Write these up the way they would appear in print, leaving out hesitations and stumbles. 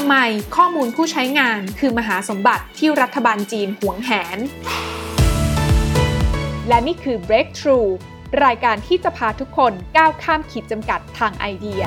ำไมข้อมูลผู้ใช้งานคือมหาสมบัติที่รัฐบาลจีนหวงแหนและนี่คือ Breakthrough รายการที่จะพาทุกคนก้าวข้ามขีดจำกัดทางไอเดีย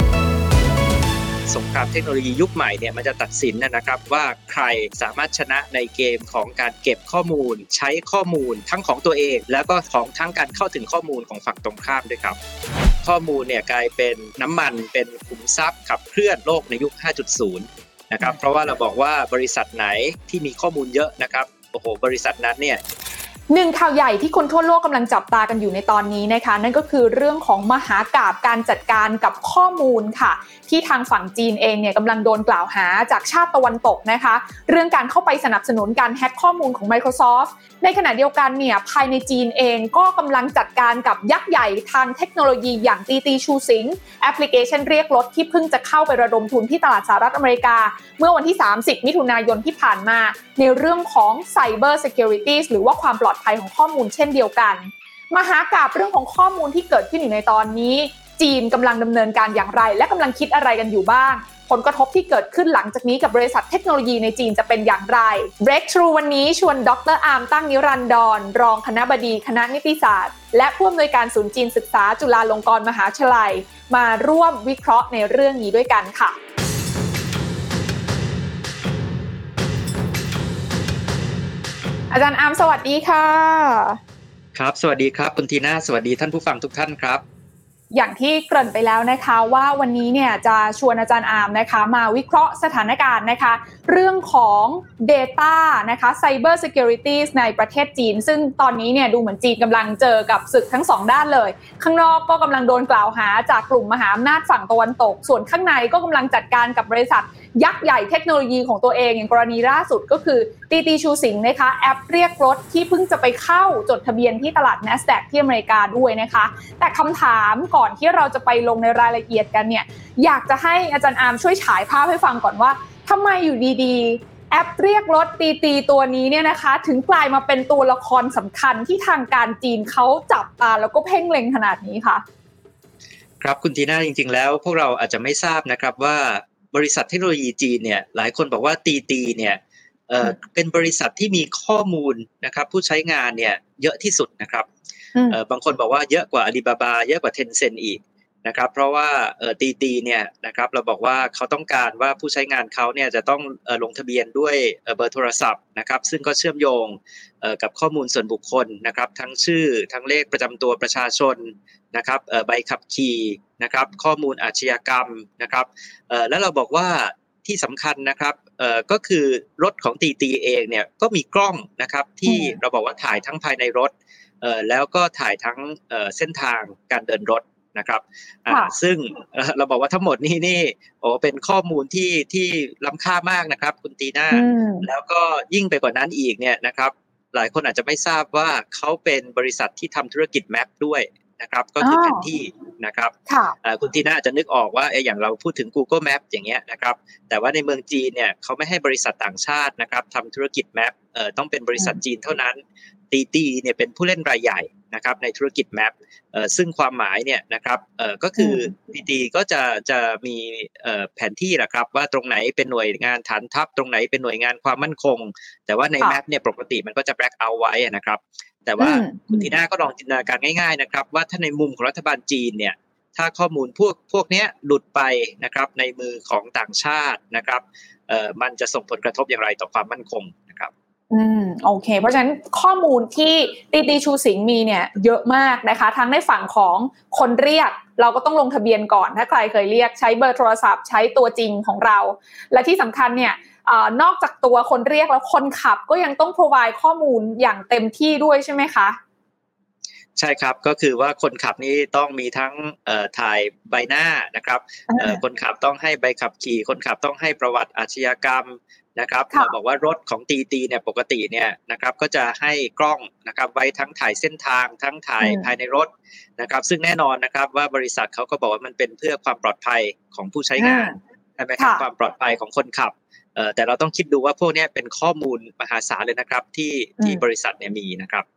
สงครามเทคโนโลยียุคใหม่เนี่ยมันจะตัดสินนะครับว่าใครสามารถชนะในเกมของการเก็บข้อมูลใช้ข้อมูลทั้งของตัวเองแล้วก็ของทั้งการเข้าถึงข้อมูลของฝั่งตรงข้ามด้วยครับข้อมูลเนี่ยกลายเป็นน้ำมันเป็นขุมทรัพย์ขับเคลื่อนโลกในยุค 5.0 นะครับเพราะว่าเราบอกว่าบริษัทไหนที่มีข้อมูลเยอะนะครับโอ้โหบริษัทนั้นเนี่ยหนึ่งข่าวใหญ่ที่คนทั่วโลกกำลังจับตากันอยู่ในตอนนี้นะคะนั่นก็คือเรื่องของมหากาพย์การจัดการกับข้อมูลค่ะที่ทางฝั่งจีนเองเนี่ยกำลังโดนกล่าวหาจากชาติตะวันตกนะคะเรื่องการเข้าไปสนับสนุนการแฮ็กข้อมูลของ Microsoft ในขณะเดียวกันเนี่ยภายในจีนเองก็กำลังจัดการกับยักษ์ใหญ่ทางเทคโนโลยีอย่างตีตีชูสิงแอปพลิเคชันเรียกรถที่เพิ่งจะเข้าไประดมทุนที่ตลาดสหรัฐอเมริกาเมื่อวันที่30มิถุนายนที่ผ่านมาในเรื่องของ Cyber Security หรือว่าความปลอดภัยของข้อมูลเช่นเดียวกันมหากาพย์เรื่องของข้อมูลที่เกิดขึ้นอยู่ในตอนนี้จีนกำลังดำเนินการอย่างไรและกำลังคิดอะไรกันอยู่บ้างผลกระทบที่เกิดขึ้นหลังจากนี้กับบริษัทเทคโนโลยีในจีนจะเป็นอย่างไร Breakthrough วันนี้ชวนดร.อาร์มตั้งนิรันดรรองคณบดีคณะนิติศาสตร์และผู้อำนวยการศูนย์จีนศึกษาจุฬาลงกรณ์มหาวิทยาลัยมาร่วมวิเคราะห์ในเรื่องนี้ด้วยกันค่ะอาจารย์อาร์มสวัสดีค่ะครับสวัสดีครับคุณทีน่าสวัสดีท่านผู้ฟังทุกท่านครับอย่างที่เกริ่นไปแล้วนะคะว่าวันนี้เนี่ยจะชวนอาจารย์อาร์มนะคะมาวิเคราะห์สถานการณ์นะคะเรื่องของ Data นะคะ Cyber Security ในประเทศจีนซึ่งตอนนี้เนี่ยดูเหมือนจีนกำลังเจอกับศึกทั้งสองด้านเลยข้างนอกก็กำลังโดนกล่าวหาจากกลุ่มมหาอำนาจฝั่งตะวันตกส่วนข้างในก็กำลังจัดการกับบริษัทยักษ์ใหญ่เทคโนโลยีของตัวเองอย่างกรณีล่าสุดก็คือตีตีชูสิงนะคะแอปเรียกรถที่เพิ่งจะไปเข้าจดทะเบียนที่ตลาด NASDAQ ที่อเมริกาด้วยนะคะแต่คำถามก่อนที่เราจะไปลงในรายละเอียดกันเนี่ยอยากจะให้อาจารย์อาร์มช่วยฉายภาพให้ฟังก่อนว่าทำไมอยู่ดีๆแอปเรียกรถตีตีตัวนี้เนี่ยนะคะถึงกลายมาเป็นตัวละครสำคัญที่ทางการจีนเขาจับตาแล้วก็เพ่งเล็งขนาดนี้ค่ะครับคุณทีน่าจริงๆแล้วพวกเราอาจจะไม่ทราบนะครับว่าบริษัทเทคโนโลยีจีนเนี่ยหลายคนบอกว่าตีเนี่ยเป็นบริษัทที่มีข้อมูลนะครับผู้ใช้งานเนี่ยเยอะที่สุดนะครับบางคนบอกว่าเยอะกว่า Alibaba เยอะกว่า Tencent อีกนะครับเพราะว่าตีเนี่ยนะครับเราบอกว่าเขาต้องการว่าผู้ใช้งานเขาเนี่ยจะต้องลงทะเบียนด้วยเบอร์โทรศัพท์นะครับซึ่งก็เชื่อมโยงกับข้อมูลส่วนบุคคลนะครับทั้งชื่อทั้งเลขประจำตัวประชาชนนะครับใบขับขี่นะครับข้อมูลอาชญากรรมนะครับแล้วเราบอกว่าที่สำคัญนะครับก็คือรถของตีเองเนี่ยก็มีกล้องนะครับที่เราบอกว่าถ่ายทั้งภายในรถแล้วก็ถ่ายทั้งเส้นทางการเดินรถนะครับซึ่งเราบอกว่าทั้งหมดนี่โอ้เป็นข้อมูลที่ล้ำค่ามากนะครับคุณตีน่าแล้วก็ยิ่งไปกว่านั้นอีกเนี่ยนะครับหลายคนอาจจะไม่ทราบว่าเขาเป็นบริษัทที่ทำธุรกิจแมปด้วยนะครับก็คือแผนที่นะครับคุณทีน่าอาจจะนึกออกว่าอย่างเราพูดถึง Google Map อย่างเงี้ยนะครับแต่ว่าในเมืองจีนเนี่ยเขาไม่ให้บริษัทต่างชาตินะครับทำธุรกิจแมปต้องเป็นบริษัทจีนเท่านั้นตีเนี่ยเป็นผู้เล่นรายใหญ่นะครับในธุรกิจแมปซึ่งความหมายเนี่ยนะครับก็คือตีก็จะมีแผนที่แหละครับว่าตรงไหนเป็นหน่วยงานฐานทัพตรงไหนเป็นหน่วยงานความมั่นคงแต่ว่าในแมปเนี่ยปกติมันก็จะแบล็คเอาท์ไว้นะครับแต่ว่าคุณทีน่าก็ลองจินตนาการง่ายๆนะครับว่าถ้าในมุมของรัฐบาลจีนเนี่ยถ้าข้อมูลพวกนี้หลุดไปนะครับในมือของต่างชาตินะครับมันจะส่งผลกระทบอย่างไรต่อความมั่นคงนะครับโอเคเพราะฉะนั้นข้อมูลที่ตีตีชูสิงมีเนี่ยเยอะมากนะคะทั้งในฝั่งของคนเรียกเราก็ต้องลงทะเบียนก่อนถ้าใครเคยเรียกใช้เบอร์โทรศัพท์ใช้ตัวจริงของเราและที่สำคัญเนี่ยนอกจากตัวคนเรียกแล้วคนขับก็ยังต้อง provide ข้อมูลอย่างเต็มที่ด้วยใช่ไหมคะใช่ครับก็คือว่าคนขับนี่ต้องมีทั้งถ่ายใบหน้านะครับคนขับต้องให้ใบขับขี่คนขับต้องให้ประวัติอาชญากรรมนะครับเราบอกว่ารถของตีเนี่ยปกติเนี่ยนะครับก็จะให้กล้องนะครับไว้ทั้งถ่ายเส้นทางทั้งถ่ายภายในรถนะครับซึ่งแน่นอนนะครับว่าบริษัทเขาก็บอกว่ามันเป็นเพื่อความปลอดภัยของผู้ใช้งานใช่ไหมครับความปลอดภัยของคนขับแต่เราต้องคิดดูว่าพวกนี้เป็นข้อมูลมหาศาลเลยนะครับที่บริษัทเนี่ยมีนะครับ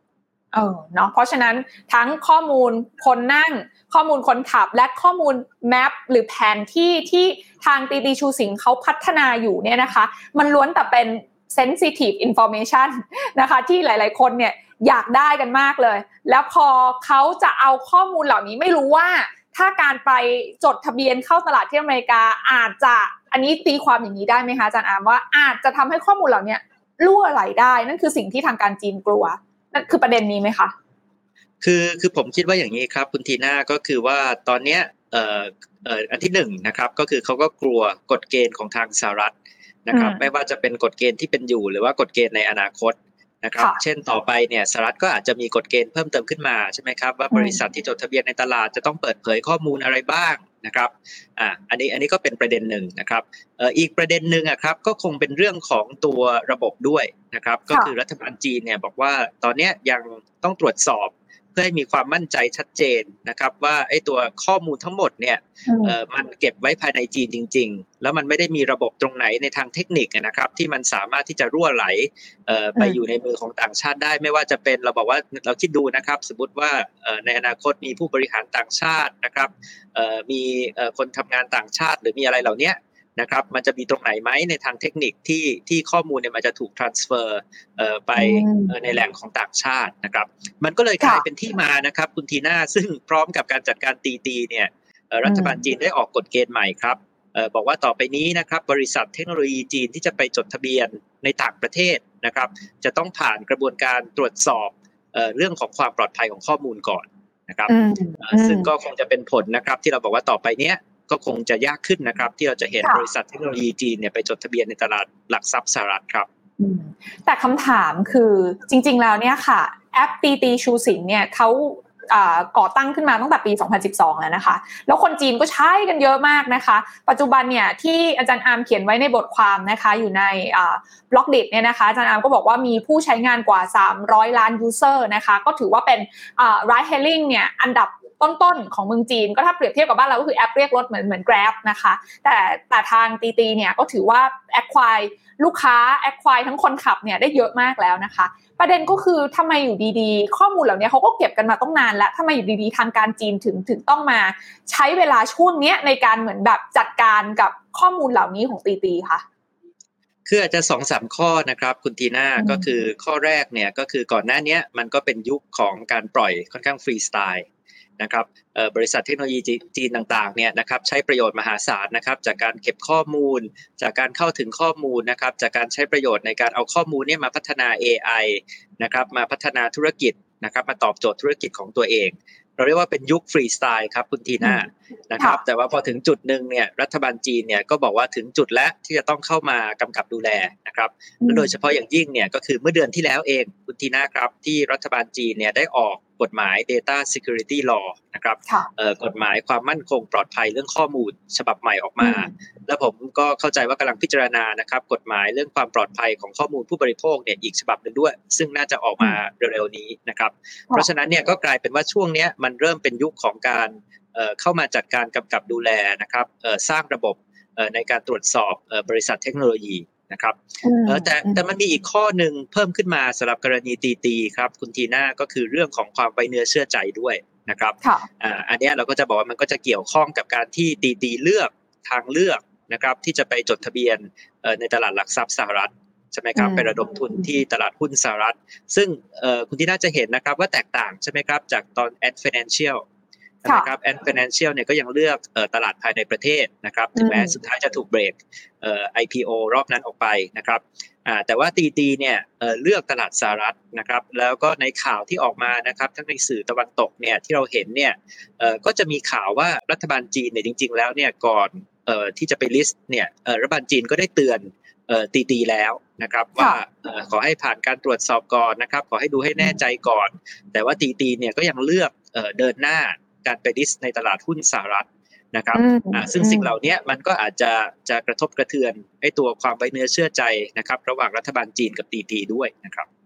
เนาะเพราะฉะนั้นทั้งข้อมูลคนนั่งข้อมูลคนขับและข้อมูลแมปหรือแผนที่ทางตีตีชูสิงห์เขาพัฒนาอยู่เนี่ยนะคะมันล้วนแต่เป็น sensitive information นะคะที่หลายๆคนเนี่ยอยากได้กันมากเลยแล้วพอเขาจะเอาข้อมูลเหล่านี้ไม่รู้ว่าถ้าการไปจดทะเบียนเข้าตลาดที่อเมริกาอาจจะอันนี้ตีความอย่างนี้ได้ไหมคะอาจารย์อามว่าอาจจะทำให้ข้อมูลเหล่านี้รั่วไหลได้นั่นคือสิ่งที่ทางการจีนกลัวนั่นคือประเด็นนี้ไหมคะคือผมคิดว่าอย่างนี้ครับคุณทีน่าก็คือว่าตอนเนี้ยอันที่หนึ่งนะครับก็คือเขาก็กลัวกฎเกณฑ์ของทางสหรัฐนะครับไม่ว่าจะเป็นกฎเกณฑ์ที่เป็นอยู่หรือว่ากฎเกณฑ์ในอนาคตนะครับเช่นต่อไปเนี่ยสหรัฐก็อาจจะมีกฎเกณฑ์เพิ่มเติมขึ้นมาใช่ไหมครับว่าบริษัทที่จดทะเบียนในตลาดจะต้องเปิดเผยข้อมูลอะไรบ้างนะครับอันนี้ก็เป็นประเด็นหนึ่งนะครับอีกประเด็นหนึ่งครับก็คงเป็นเรื่องของตัวระบบด้วยนะครับก็คือรัฐบาลจีนเนี่ยบอกว่าตอนนี้ยังต้องตรวจสอบเพื่อให้มีความมั่นใจชัดเจนนะครับว่าไอ้ตัวข้อมูลทั้งหมดเนี่ยมันเก็บไว้ภายในจีนจริงๆแล้วมันไม่ได้มีระบบตรงไหนในทางเทคนิคนะครับที่มันสามารถที่จะรั่วไหลไปอยู่ในมือของต่างชาติได้ไม่ว่าจะเป็นเราบอกว่าเราคิดดูนะครับสมมติว่าในอนาคตมีผู้บริหารต่างชาตินะครับมีคนทำงานต่างชาติหรือมีอะไรเหล่านี้นะครับมันจะมีตรงไหนไหมในทางเทคนิคที่ข้อมูลเนี่ยมันจะถูก transfer ไปในแหล่งของต่างชาตินะครับมันก็เลยกลายเป็นที่มานะครับคุณทีน่าซึ่งพร้อมกับการจัดการตีเนี่ยรัฐบาลจีนได้ออกกฎเกณฑ์ใหม่ครับบอกว่าต่อไปนี้นะครับบริษัทเทคโนโลยีจีนที่จะไปจดทะเบียนในต่างประเทศนะครับจะต้องผ่านกระบวนการตรวจสอบเรื่องของความปลอดภัยของข้อมูลก่อนนะครับซึ่งก็คงจะเป็นผลนะครับที่เราบอกว่าต่อไปเนี้ยก็คงจะยากขึ้นนะครับที่เราจะเห็นบริษัทเทคโนโลยีจีนเนี่ยไปจดทะเบียนในตลาดหลักทรัพย์สหรัฐครับแต่คำถามคือจริงๆแล้วเนี่ยค่ะแอปตีตีชูสิงห์เนี่ยเขาก่อตั้งขึ้นมาตั้งแต่ปี 2012 แล้วนะคะแล้วคนจีนก็ใช้กันเยอะมากนะคะปัจจุบันเนี่ยที่อาจารย์อาร์มเขียนไว้ในบทความนะคะอยู่ในบล็อกดิทเนี่ยนะคะอาจารย์อาร์มก็บอกว่ามีผู้ใช้งานกว่า300 ล้านยูเซอร์นะคะก็ถือว่าเป็นride hailing เนี่ยอันดับต้นๆของเมืองจีนก็ถ้าเปรียบเทียบกับบ้านเราก็คือแอปเรียกรถเหมือน Grab นะคะแต่ทางตีเนี่ยก็ถือว่า acquire ลูกค้า acquire ทั้งคนขับเนี่ยได้เยอะมากแล้วนะคะประเด็นก็คือทำไมอยู่ดีๆข้อมูลเหล่านี้เขาก็เก็บกันมาต้องนานแล้วทำไมอยู่ดีๆทางการจีนถึงต้องมาใช้เวลาช่วงนี้ในการเหมือนแบบจัดการกับข้อมูลเหล่านี้ของตีคะคืออาจจะ 2-3 ข้อนะครับคุณทีน่าก็คือข้อแรกเนี่ยก็คือก่อนหน้านี้มันก็เป็นยุคของการปล่อยค่อนข้างฟรีสไตล์นะครับบริษัทเทคโนโลยีจีนต่างๆเนี่ยนะครับใช้ประโยชน์มหาศาลนะครับจากการเก็บข้อมูลจากการเข้าถึงข้อมูลนะครับจากการใช้ประโยชน์ในการเอาข้อมูลเนี่ยมาพัฒนา AI นะครับมาพัฒนาธุรกิจนะครับมาตอบโจทย์ธุรกิจของตัวเองเราเรียกว่าเป็นยุคฟรีสไตล์ครับคุณทีน่านะครับแต่ว่าพอถึงจุดนึงเนี่ยรัฐบาลจีนเนี่ยก็บอกว่าถึงจุดแล้วที่จะต้องเข้ามากำกับดูแลนะครับและโดยเฉพาะอย่างยิ่งเนี่ยก็คือเมื่อเดือนที่แล้วเองคุณทีน่าครับที่รัฐบาลจีนเนี่ยได้ออกกฎหมาย Data Security Law นะครับกฎหมายความมั่นคงปลอดภัยเรื่องข้อมูลฉบับใหม่ออกมาแล้วผมก็เข้าใจว่ากำลังพิจารณานะครับกฎหมายเรื่องความปลอดภัยของข้อมูลผู้บริโภคเนี่ยอีกฉบับนึงด้วยซึ่งน่าจะออกมาเร็วๆนี้นะครับเพราะฉะนั้นเนี่ยก็กลายเป็นว่าช่วงนี้มันเริ่มเป็นยุคของการเข้ามาจัดการกำกับดูแลนะครับสร้างระบบในการตรวจสอบบริษัทเทคโนโลยีนะครับแต่มันมีอีกข้อหนึ่งเพิ่มขึ้นมาสำหรับกรณีตีครับคุณทีน่าก็คือเรื่องของความไว้เนื้อเชื่อใจด้วยนะครับอันนี้เราก็จะบอกว่ามันก็จะเกี่ยวข้องกับการที่ตีเลือกทางเลือกนะครับที่จะไปจดทะเบียนในตลาดหลักทรัพย์สหรัฐใช่ไหมครับไประดมทุนที่ตลาดหุ้นสหรัฐซึ่งคุณทีน่าจะเห็นนะครับว่าแตกต่างใช่ไหมครับจากตอน Ant Financialนะครับ Ant Financial เนี่ยก็ยังเลือกตลาดภายในประเทศนะครับถึงแม้สุดท้ายจะถูกเบรกIPO รอบนั้นออกไปนะครับแต่ว่าตีเนี่ยเลือกตลาดสหรัฐนะครับแล้วก็ในข่าวที่ออกมานะครับทั้งในสื่อตะวันตกเนี่ยที่เราเห็นเนี่ยก็จะมีข่าวว่ารัฐบาลจีนเนี่ยจริงๆแล้วเนี่ยก่อนที่จะไปลิสต์เนี่ยรัฐบาลจีนก็ได้เตือนตีแล้วนะครับว่าขอให้ผ่านการตรวจสอบก่อนนะครับขอให้ดูให้แน่ใจก่อนแต่ว่าตีเนี่ยก็ยังเลือกเดินหน้าการไปลิสต์ในตลาดหุ้นสหรัฐนะครับซึ่งสิ่งเหล่านี้มันก็อาจจะกระทบกระเทือนให้ตัวความไว้เนื้อเชื่อใจนะครับระหว่างรัฐบาลจีนกับตีด้วยนะครับ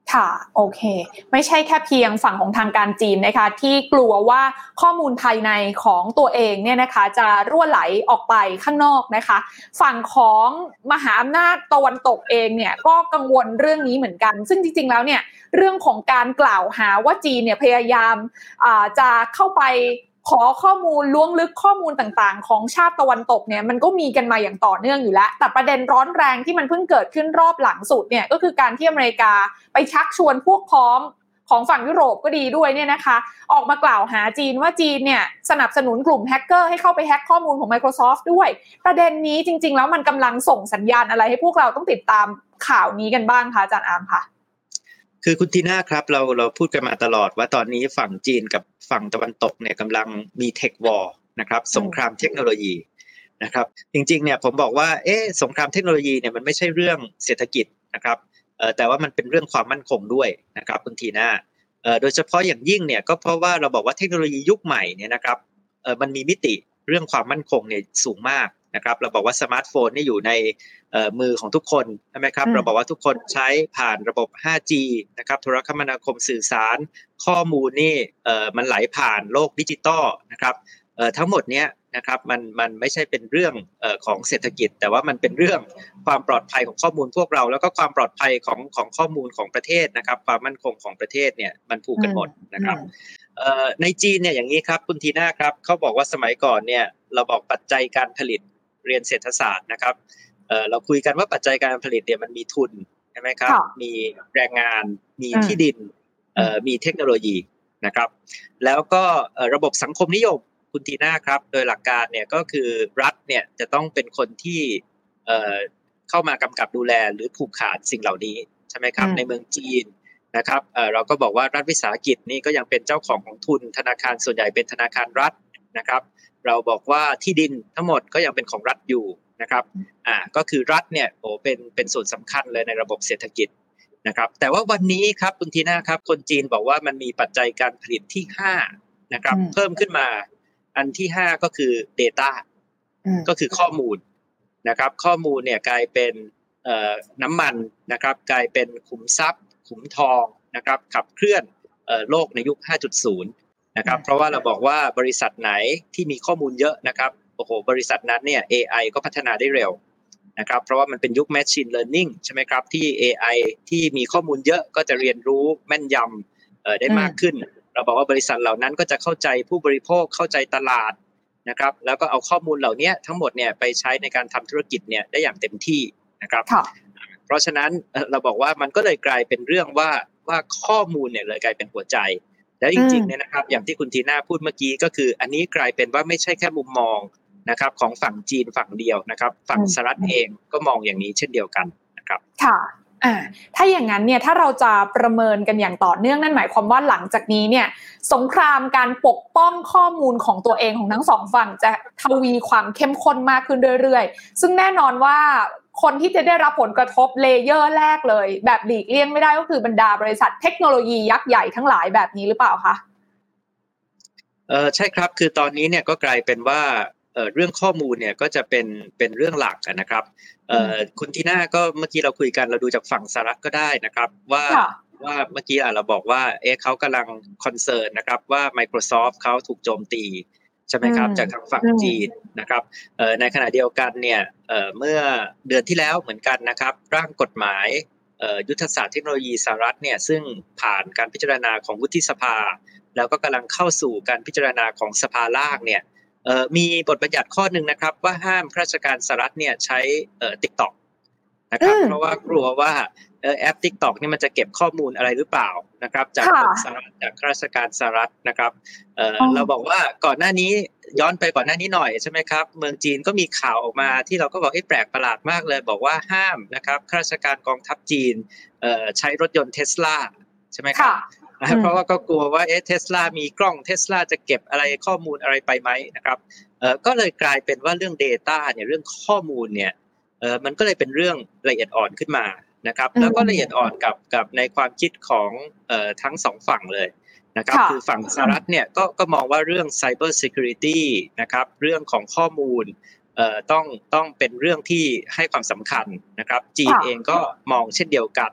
ค่ะโอเคไม่ใช่แค่เพียงฝั่งของทางการจีนนะคะที่กลัวว่าข้อมูลภายในของตัวเองเนี่ยนะคะจะรั่วไหลออกไปข้างนอกนะคะฝั่งของมหาอำนาจตะวันตกเองเนี่ยก็กังวลเรื่องนี้เหมือนกันซึ่งจริงๆแล้วเนี่ยเรื่องของการกล่าวหาว่าจีนเนี่ยพยายามจะเข้าไปขอข้อมูลล้วงลึกข้อมูลต่างๆของชาติตะวันตกเนี่ยมันก็มีกันมาอย่างต่อเนื่องอยู่แล้วแต่ประเด็นร้อนแรงที่มันเพิ่งเกิดขึ้นรอบหลังสุดเนี่ยก็คือการที่อเมริกาไปชักชวนพวกพ้องของฝั่งยุโรปก็ดีด้วยเนี่ยนะคะออกมากล่าวหาจีนว่าจีนเนี่ยสนับสนุนกลุ่มแฮกเกอร์ให้เข้าไปแฮกข้อมูลของ Microsoft ด้วยประเด็นนี้จริงๆแล้วมันกำลังส่งสัญญาณอะไรให้พวกเราต้องติดตามข่าวนี้กันบ้างคะอาจารย์อาร์มคะคือคุณทีน่าครับเราพูดกันมาตลอดว่าตอนนี้ฝั่งจีนกับฝั่งตะวันตกเนี่ยกำลังมีเทควอร์นะครับสงครามเทคโนโลยีนะครับจริงๆเนี่ยผมบอกว่าสงครามเทคโนโลยีเนี่ยมันไม่ใช่เรื่องเศรษฐกิจนะครับแต่ว่ามันเป็นเรื่องความมั่นคงด้วยนะครับคุณทีน่าโดยเฉพาะอย่างยิ่งเนี่ยก็เพราะว่าเราบอกว่าเทคโนโลยียุคใหม่เนี่ยนะครับมันมีมิติเรื่องความมั่นคงเนี่ยสูงมากนะครับเราบอกว่าสมาร์ทโฟนนี่อยู่ในมือของทุกคนใช่ไหมครับเราบอกว่าทุกคนใช้ผ่านระบบ 5G นะครับโทรคมนาคมสื่อสารข้อมูลนี่มันไหลผ่านโลกดิจิตอลนะครับทั้งหมดเนี้ยนะครับมันไม่ใช่เป็นเรื่องของเศรษฐกิจแต่ว่ามันเป็นเรื่องความปลอดภัยของข้อมูลพวกเราแล้วก็ความปลอดภัยของข้อมูลของประเทศนะครับความมั่นคงของประเทศเนี่ยมันผูกกันหมดนะครับในจีนเนี่ยอย่างนี้ครับคุณทีน่าครับเขาบอกว่าสมัยก่อนเนี่ยเราบอกปัจจัยการผลิตเรียนเศรษฐศาสตร์นะครับเราคุยกันว่าปัจจัยการผลิตเนี่ยมันมีทุนใช่ไหมครับมีแรงงานมีที่ดินมีเทคโนโลยีนะครับแล้วก็ระบบสังคมนิยมคุณทีน่าครับโดยหลักการเนี่ยก็คือรัฐเนี่ยจะต้องเป็นคนที่เข้ามากำกับดูแลหรือผูกขาดสิ่งเหล่านี้ใช่ไหมครับในเมืองจีนนะครับเราก็บอกว่ารัฐวิสาหกิจนี่ก็ยังเป็นเจ้าของทุนธนาคารส่วนใหญ่เป็นธนาคารรัฐนะครับเราบอกว่าที่ดินทั้งหมดก็ยังเป็นของรัฐอยู่นะครับก็คือรัฐเนี่ยเป็นส่วนสำคัญเลยในระบบเศรษฐกิจนะครับแต่ว่าวันนี้ครับคุณทีน่าครับคนจีนบอกว่ามันมีปัจจัยการผลิตที่5นะครับเพิ่มขึ้นมาอันที่5ก็คือ data ก็คือข้อมูลนะครับข้อมูลเนี่ยกลายเป็นน้ำมันนะครับกลายเป็นขุมทรัพย์ขุมทองนะครับขับเคลื่อนโลกในยุค 5.0 นะครับเพราะว่าเราบอกว่าบริษัทไหนที่มีข้อมูลเยอะนะครับโอ้โหบริษัทนั้นเนี่ย AI ก็พัฒนาได้เร็วนะครับเพราะว่ามันเป็นยุค Machine Learning ใช่ไหมครับที่ AI ที่มีข้อมูลเยอะก็จะเรียนรู้แม่นยำได้มากขึ้นเราบอกว่าบริษัทเหล่านั้นก็จะเข้าใจผู้บริโภคเข้าใจตลาดนะครับแล้วก็เอาข้อมูลเหล่านี้ทั้งหมดเนี่ยไปใช้ในการทำธุรกิจเนี่ยได้อย่างเต็มที่นะครับเพราะฉะนั้นเราบอกว่ามันก็เลยกลายเป็นเรื่องว่าข้อมูลเนี่ยเลยกลายเป็นหัวใจแล้วจริงๆเนี่ยนะครับอย่างที่คุณทีน่าพูดเมื่อกี้ก็คืออันนี้กลายเป็นว่าไม่ใช่แค่มุมมองนะครับของฝั่งจีนฝั่งเดียวนะครับฝั่งสหรัฐเองก็มองอย่างนี้เช่นเดียวกันนะครับค่ะถ้าอย่างนั้นเนี่ยถ้าเราจะประเมินกันอย่างต่อเนื่องนั่นหมายความว่าหลังจากนี้เนี่ยสงครามการปกป้องข้อมูลของตัวเองของทั้งสองฝั่งจะทวีความเข้มข้นมากขึ้นเรื่อยๆซึ่งแน่นอนว่าคนที่จะได้รับผลกระทบเลเยอร์แรกเลยแบบหลีกเลี่ยงไม่ได้ก็คือบรรดาบริษัทเทคโนโลยียักษ์ใหญ่ทั้งหลายแบบนี้หรือเปล่าคะใช่ครับคือตอนนี้เนี่ยก็กลายเป็นว่าเรื่องข้อมูลเนี่ยก็จะเป็นเรื่องหลักนะครับคุณทีน่าก็เมื่อกี้เราคุยกันเราดูจากฝั่งสหรัฐก็ได้นะครับว่าเมื่อกี้เราบอกว่าเขากำลังคอนเซิร์นนะครับว่า Microsoft เขาถูกโจมตีใช่ไหมครับจากทางฝั่งจีนนะครับในขณะเดียวกันเนี่ยเมื่อเดือนที่แล้วเหมือนกันนะครับร่างกฎหมายยุทธศาสตร์เทคโนโลยีสหรัฐเนี่ยซึ่งผ่านการพิจารณาของวุฒิสภาแล้วก็กำลังเข้าสู่การพิจารณาของสภาล่างเนี่ยมีบทบัญญัติข้อหนึ่งนะครับว่าห้ามข้าราชการสหรัฐเนี่ยใช้ TikTok นะครับเพราะว่ากลัวว่าแอป TikTok นี่มันจะเก็บข้อมูลอะไรหรือเปล่านะครับจากคนสหรัฐจากข้าราชการสหรัฐนะครับเราบอกว่าก่อนหน้านี้ย้อนไปก่อนหน้านี้หน่อยใช่ไหมครับเมืองจีนก็มีข่าวออกมาที่เราก็บอกแปลกประหลาดมากเลยบอกว่าห้ามนะครับข้าราชการกองทัพจีนใช้รถยนต์ Tesla ใช่ไหมครับเพราะว่าก็กลัวว่าTesla มีกล้อง Tesla จะเก็บอะไรข้อมูลอะไรไปไหมนะครับก็เลยกลายเป็นว่าเรื่อง data เนี่ยเรื่องข้อมูลเนี่ยมันก็เลยเป็นเรื่องละเอียดอ่อนขึ้นมานะครับแล้วก็ละเอียดอ่อนกับในความคิดของทั้งสองฝั่งเลยนะครับคือฝั่งสหรัฐเนี่ยก็มองว่าเรื่อง Cyber Security นะครับเรื่องของข้อมูลต้องเป็นเรื่องที่ให้ความสำคัญนะครับจีนเองก็มองเช่นเดียวกัน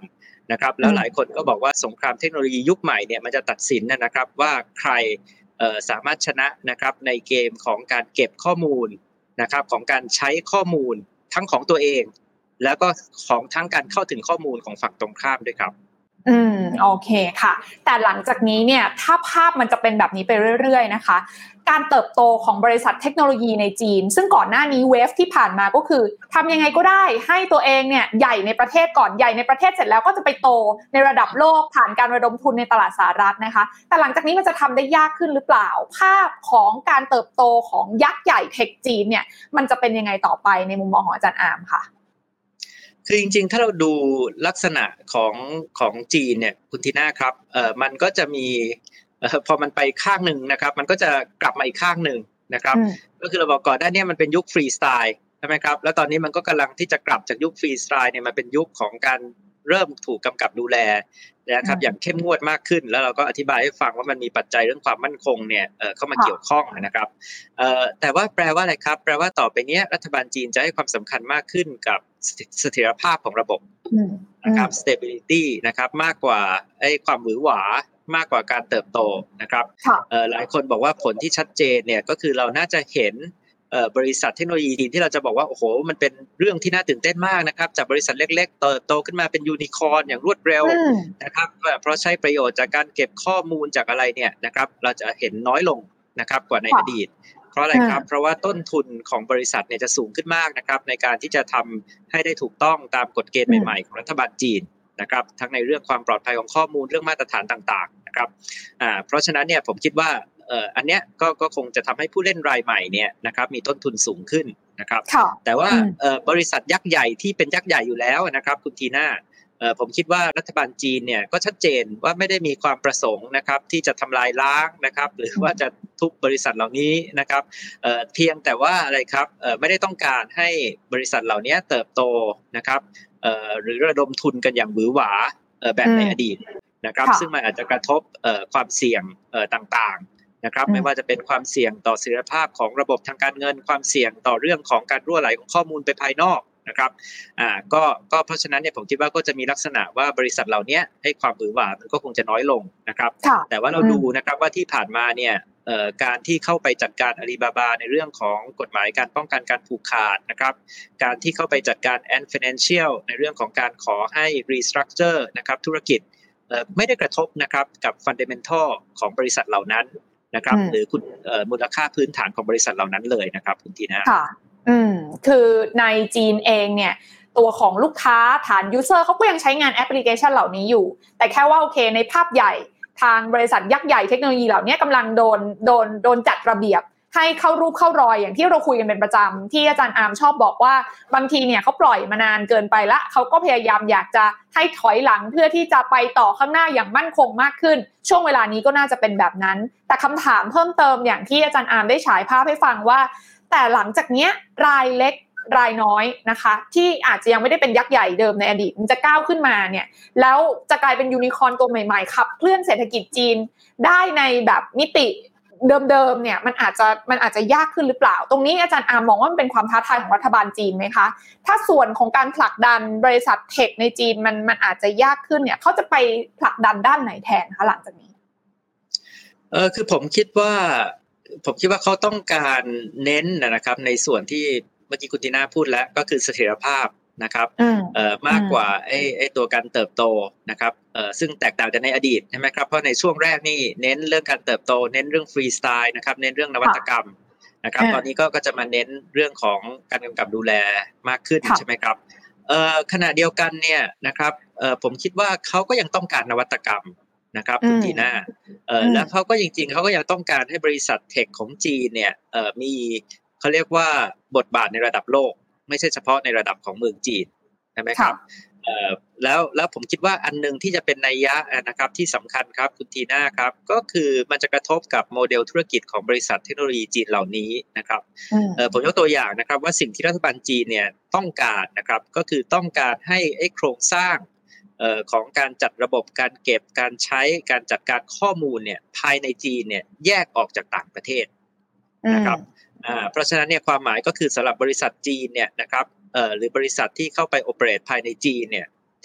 นะครับแล้วหลายคนก็บอกว่าสงครามเทคโนโลยียุคใหม่เนี่ยมันจะตัดสินนะครับว่าใครสามารถชนะนะครับในเกมของการเก็บข้อมูลนะครับของการใช้ข้อมูลทั้งของตัวเองแล้วก็ของทั้งการเข้าถึงข้อมูลของฝั่งตรงข้ามด้วยครับโอเคค่ะแต่หลังจากนี้เนี่ยถ้าภาพมันจะเป็นแบบนี้ไปเรื่อยๆนะคะการเติบโตของบริษัทเทคโนโลยีในจีนซึ่งก่อนหน้านี้เวฟที่ผ่านมาก็คือทำยังไงก็ได้ให้ตัวเองเนี่ยใหญ่ในประเทศก่อนใหญ่ในประเทศเสร็จแล้วก็จะไปโตในระดับโลกผ่านการระดมทุนในตลาดสหรัฐนะคะแต่หลังจากนี้มันจะทำได้ยากขึ้นหรือเปล่าภาพของการเติบโตของยักษ์ใหญ่เทคจีนเนี่ยมันจะเป็นยังไงต่อไปในมุมมองของอาจารย์อาร์มค่ะคือจริงๆถ้าเราดูลักษณะของจีนเนี่ยคุณทีน่าครับมันก็จะมีพอมันไปข้างหนึ่งนะครับมันก็จะกลับมาอีกข้างหนึ่งนะครับก็คือเราบอกก่อนหน้านี้มันเป็นยุคฟรีสไตล์ใช่ไหมครับแล้วตอนนี้มันก็กำลังที่จะกลับจากยุคฟรีสไตล์เนี่ยมาเป็นยุคของการเริ่มถูกกำกับดูแลนะครับอย่างเข้มงวดมากขึ้นแล้วเราก็อธิบายให้ฟังว่ามันมีปัจจัยเรื่องความมั่นคงเนี่ยเข้ามาเกี่ยวข้องนะครับแต่ว่าแปลว่าอะไรครับแปลว่าต่อไปนี้รัฐบาลจีนจะให้ความสำคัญมากขึ้นกับเสถียรภาพของระบบนะครับ stability นะครับมากกว่าความหวือหวามากกว่าการเติบโตนะครับหลายคนบอกว่าผลที่ชัดเจนเนี่ยก็คือเราน่าจะเห็นบริษัทเทคโนโลยีที่เราจะบอกว่าโอ้โหมันเป็นเรื่องที่น่าตื่นเต้นมากนะครับจากบริษัทเล็กๆเติบโตขึ้นมาเป็นยูนิคอร์นอย่างรวดเร็วนะครับเพราะใช้ประโยชน์จากการเก็บข้อมูลจากอะไรเนี่ยนะครับเราจะเห็นน้อยลงนะครับกว่าในอดีตเพราะอะไรครับเพราะว่าต้นทุนของบริษัทเนี่ยจะสูงขึ้นมากนะครับในการที่จะทำให้ได้ถูกต้องตามกฎเกณฑ์ใหม่ๆของรัฐบาลจีนนะครับทั้งในเรื่องความปลอดภัยของข้อมูลเรื่องมาตรฐานต่างๆนะครับเพราะฉะนั้นเนี่ยผมคิดว่าอันเนี้ยก็คงจะทำให้ผู้เล่นรายใหม่เนี่ยนะครับมีต้นทุนสูงขึ้นนะครับแต่ว่าบริษัทยักษ์ใหญ่ที่เป็นยักษ์ใหญ่อยู่แล้วนะครับคุณทีน่าผมคิดว่ารัฐบาลจีนเนี่ยก็ชัดเจนว่าไม่ได้มีความประสงค์นะครับที่จะทำลายล้างนะครับหรือว่าจะทุบบริษัทเหล่านี้นะครับเพียงแต่ว่าอะไรครับไม่ได้ต้องการให้บริษัทเหล่านี้เติบโตนะครับหรือระดมทุนกันอย่างหวือหวาแบบในอดีตนะครับซึ่งมันอาจจะกระทบความเสี่ยงต่างๆนะครับไม่ว่าจะเป็นความเสี่ยงต่อเสถียรภาพของระบบทางการเงินความเสี่ยงต่อเรื่องของการรั่วไหลของข้อมูลไปภายนอกนะครับก็เพราะฉะนั้นเนี่ยผมคิดว่าก็จะมีลักษณะว่าบริษัทเหล่านี้ให้ความหวือหวามันก็คงจะน้อยลงนะครับแต่ว่าเราดูนะครับว่าที่ผ่านมาเนี่ยการที่เข้าไปจัดการอาลีบาบาในเรื่องของกฎหมายการป้องกันการผูกขาดนะครับการที่เข้าไปจัดการ Ant Financial ในเรื่องของการขอให้ restructure นะครับธุรกิจไม่ได้กระทบนะครับกับ fundamental ของบริษัทเหล่านั้นนะครับหรือคุณมูลค่าพื้นฐานของบริษัทเหล่านั้นเลยนะครับคุณทีน่าคือในจีนเองเนี่ยตัวของลูกค้าฐานยูเซอร์เขาก็ยังใช้งานแอปพลิเคชันเหล่านี้อยู่แต่แค่ว่าโอเคในภาพใหญ่ทางบริษัทยักษ์ใหญ่เทคโนโลยีเหล่านี้กำลังโดนจัดระเบียบให้เข้ารูปเข้ารอยอย่างที่เราคุยกันเป็นประจำที่อาจารย์อาร์มชอบบอกว่าบางทีเนี่ยเขาปล่อยมานานเกินไปละเขาก็พยายามอยากจะให้ถอยหลังเพื่อที่จะไปต่อข้างหน้าอย่างมั่นคงมากขึ้นช่วงเวลานี้ก็น่าจะเป็นแบบนั้นแต่คำถามเพิ่มเติมอย่างที่อาจารย์อาร์มได้ฉายภาพให้ฟังว่าแต่หลังจากนี้รายเล็กรายน้อยนะคะที่อาจจะยังไม่ได้เป็นยักษ์ใหญ่เดิมในอดีตมันจะก้าวขึ้นมาเนี่ยแล้วจะกลายเป็นยูนิคอร์นตัวใหม่ๆขับเคลื่อนเศรษฐกิจจีนได้ในแบบมิติเดิมๆเนี่ยมันอาจจะยากขึ้นหรือเปล่าตรงนี้อาจารย์อาร์มมองว่ามันเป็นความท้าทายของรัฐบาลจีนไหมคะถ้าส่วนของการผลักดันบริษัทเทคในจีนมันอาจจะยากขึ้นเนี่ยเขาจะไปผลักดันด้านไหนแทนคะหลังจากนี้คือผมคิดว่าเขาต้องการเน้นนะครับในส่วนที่เมื่อกี้คุณทีน่าพูดแล้วก็คือเสถียรภาพนะครับมากกว่าไอ้ตัวการเติบโตนะครับซึ่งแตกต่างจากในอดีตใช่ไหมครับเพราะในช่วงแรกนี่เน้นเรื่องการเติบโตเน้นเรื่องฟรีสไตล์นะครับเน้นเรื่องนวัตกรรมนะครับตอนนี้ก็จะมาเน้นเรื่องของการกำกับดูแลมากขึ้นใช่ไหมครับขณะเดียวกันเนี่ยนะครับผมคิดว่าเขาก็ยังต้องการนวัตกรรมนะครับคุณทีน่าแล้วเขาก็จริงๆเขาก็ยังต้องการให้บริษัทเทคของจีนเนี่ยมีเขาเรียกว่าบทบาทในระดับโลกไม่ใช่เฉพาะในระดับของเมืองจีนใช่ไหมครับแล้วผมคิดว่าอันนึงที่จะเป็นนัยยะนะครับที่สำคัญครับคุณทีน่าครับก็คือมันจะกระทบกับโมเดลธุรกิจของบริษัทเทคโนโลยีจีนเหล่านี้นะครับผมยกตัวอย่างนะครับว่าสิ่งที่รัฐบาลจีนเนี่ยต้องการนะครับก็คือต้องการให้โครงสร้างของการจัดระบบการเก็บการใช้การจัดการข้อมูลเนี่ยภายในจีนเนี่ยแยกออกจากต่างประเทศนะครับเพราะฉะนั้นเนี่ยความหมายก็คือสำหรับบริษัทจีนเนี่ยนะครับหรือบริษัทที่เข้าไปโอเปเรตภายในจีนเนี่ยเ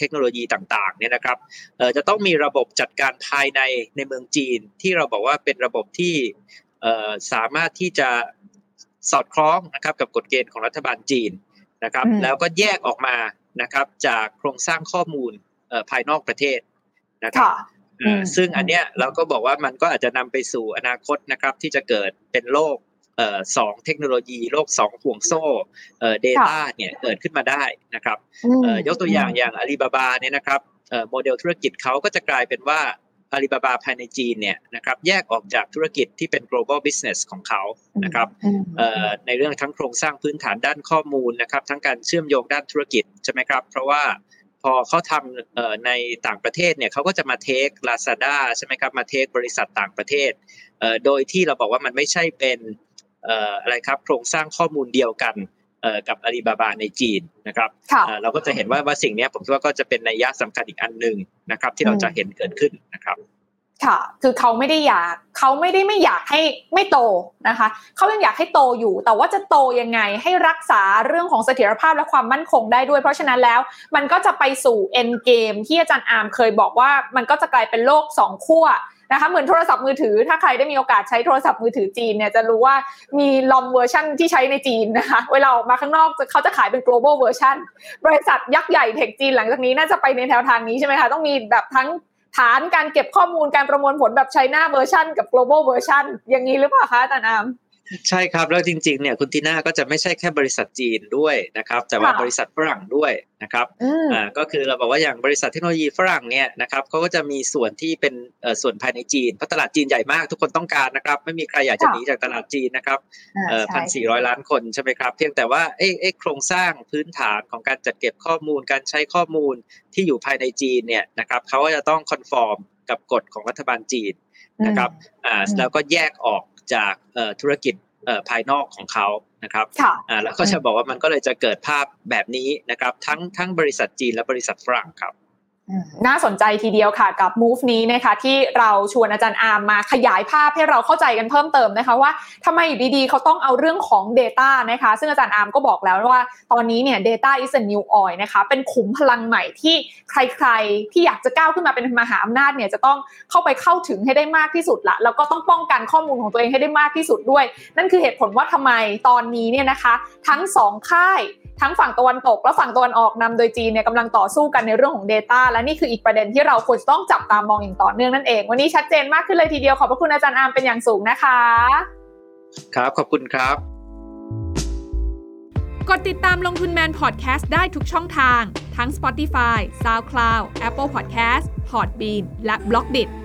เทคโนโลยีต่างๆเนี่ยนะครับจะต้องมีระบบจัดการภายในเมืองจีนที่เราบอกว่าเป็นระบบที่สามารถที่จะสอดคล้องนะครับกับกฎเกณฑ์ของรัฐบาลจีนนะครับแล้วก็แยกออกมานะครับจากโครงสร้างข้อมูลภายนอกประเทศนะครับซึ่งอันเนี้ยเราก็บอกว่ามันก็อาจจะนำไปสู่อนาคตนะครับที่จะเกิดเป็นโลก2เทคโนโลยีโลก2ห่วงโซ่data เนี่ยเกิดขึ้นมาได้นะครับยกตัวอย่างอาลีบาบาเนี่ยนะครับโมเดลธุรกิจเขาก็จะกลายเป็นว่าอาลีบาบาภายในจีนเนี่ยนะครับแยกออกจากธุรกิจที่เป็น global business ของเขานะครับในเรื่องทั้งโครงสร้างพื้นฐานด้านข้อมูลนะครับทั้งการเชื่อมโยงด้านธุรกิจใช่ไหมครับเพราะว่าพอเขาทำในต่างประเทศเนี่ยเขาก็จะมาเทค Lazada ใช่ไหมครับมาเทคบริษัทต่างประเทศโดยที่เราบอกว่ามันไม่ใช่เป็นอะไรครับโครงสร้างข้อมูลเดียวกันกับอาลีบาบาในจีนนะครับเราก็จะเห็นว่าสิ่งนี้ผมคิดว่าก็จะเป็นนัยยะสำคัญอีกอันนึงนะครับที่เราจะเห็นเกิดขึ้นนะครับค่ะคือเขาไม่ได้ไม่อยากให้ไม่โตนะคะเขายังอยากให้โตอยู่แต่ว่าจะโตยังไงให้รักษาเรื่องของเสถียรภาพและความมั่นคงได้ด้วยเพราะฉะนั้นแล้วมันก็จะไปสู่ end game ที่อาจารย์อาร์มเคยบอกว่ามันก็จะกลายเป็นโลก2ขั้วนะคะเหมือนโทรศัพท์มือถือถ้าใครได้มีโอกาสใช้โทรศัพท์มือถือจีนเนี่ยจะรู้ว่ามีลอมเวอร์ชันที่ใช้ในจีนนะคะเวลาออกมาข้างนอกเขาจะขายเป็น global version บริษัทยักษ์ใหญ่เทคจีนหลังจากนี้น่าจะไปในแนวทางนี้ใช่ไหมคะต้องมีแบบทั้งฐานการเก็บข้อมูลการประมวลผลแบบ China version กับ global version อย่างนี้หรือเปล่าคะอาจารย์อามใช่ครับแล้วจริงๆเนี่ยคุณทีน่าก็จะไม่ใช่แค่บริษัทจีนด้วยนะครับแต่ว่าบริษัทฝรั่งด้วยนะครับก็คือเราบอกว่าอย่างบริษัทเทคโนโลยีฝรั่งเนี่ยนะครับเขาก็จะมีส่วนที่เป็นส่วนภายในจีนเพราะตลาดจีนใหญ่มากทุกคนต้องการนะครับไม่มีใครอยากจะหนีจากตลาดจีนนะครับ1,400 ล้านคนใช่ไหมครับเพียงแต่ว่าโครงสร้างพื้นฐานของการจัดเก็บข้อมูลการใช้ข้อมูลที่อยู่ภายในจีนเนี่ยนะครับเขาก็จะต้องคอนฟอร์มกับกฎของรัฐบาลจีนนะครับแล้วก็แยกออกจากธุรกิจภายนอกของเขานะครับแล้วก็จะบอกว่ามันก็เลยจะเกิดภาพแบบนี้นะครับทั้งบริษัทจีนและบริษัทฝรั่งครับน่าสนใจทีเดียวค่ะกับ move นี้นะคะที่เราชวนอาจารย์อาร์มมาขยายภาพให้เราเข้าใจกันเพิ่มเติมนะคะว่าทำไมอยู่ดีๆเขาต้องเอาเรื่องของ data นะคะซึ่งอาจารย์อาร์มก็บอกแล้วว่าตอนนี้เนี่ย data is a new oil นะคะเป็นขุมพลังใหม่ที่ใครๆที่อยากจะก้าวขึ้นมาเป็นมหาอำนาจเนี่ยจะต้องเข้าถึงให้ได้มากที่สุดละแล้วก็ต้องป้องกันข้อมูลของตัวเองให้ได้มากที่สุดด้วยนั่นคือเหตุผลว่าทำไมตอนนี้เนี่ยนะคะทั้ง2ค่ายทั้งฝั่งตะวันตกและฝั่งตะวันออกนำโดยจีนเนี่ยกำลังต่อสู้กันในเรื่องของ data และนี่คืออีกประเด็นที่เราควรจะต้องจับตามองอย่างต่อเนื่องนั่นเองวันนี้ชัดเจนมากขึ้นเลยทีเดียวขอบพระคุณอาจารย์อาร์มเป็นอย่างสูงนะคะครับขอบคุณครับกดติดตามลงทุนแมนพอดแคสต์ได้ทุกช่องทางทั้ง Spotify, SoundCloud, Apple Podcast, Podbean และ Blockdit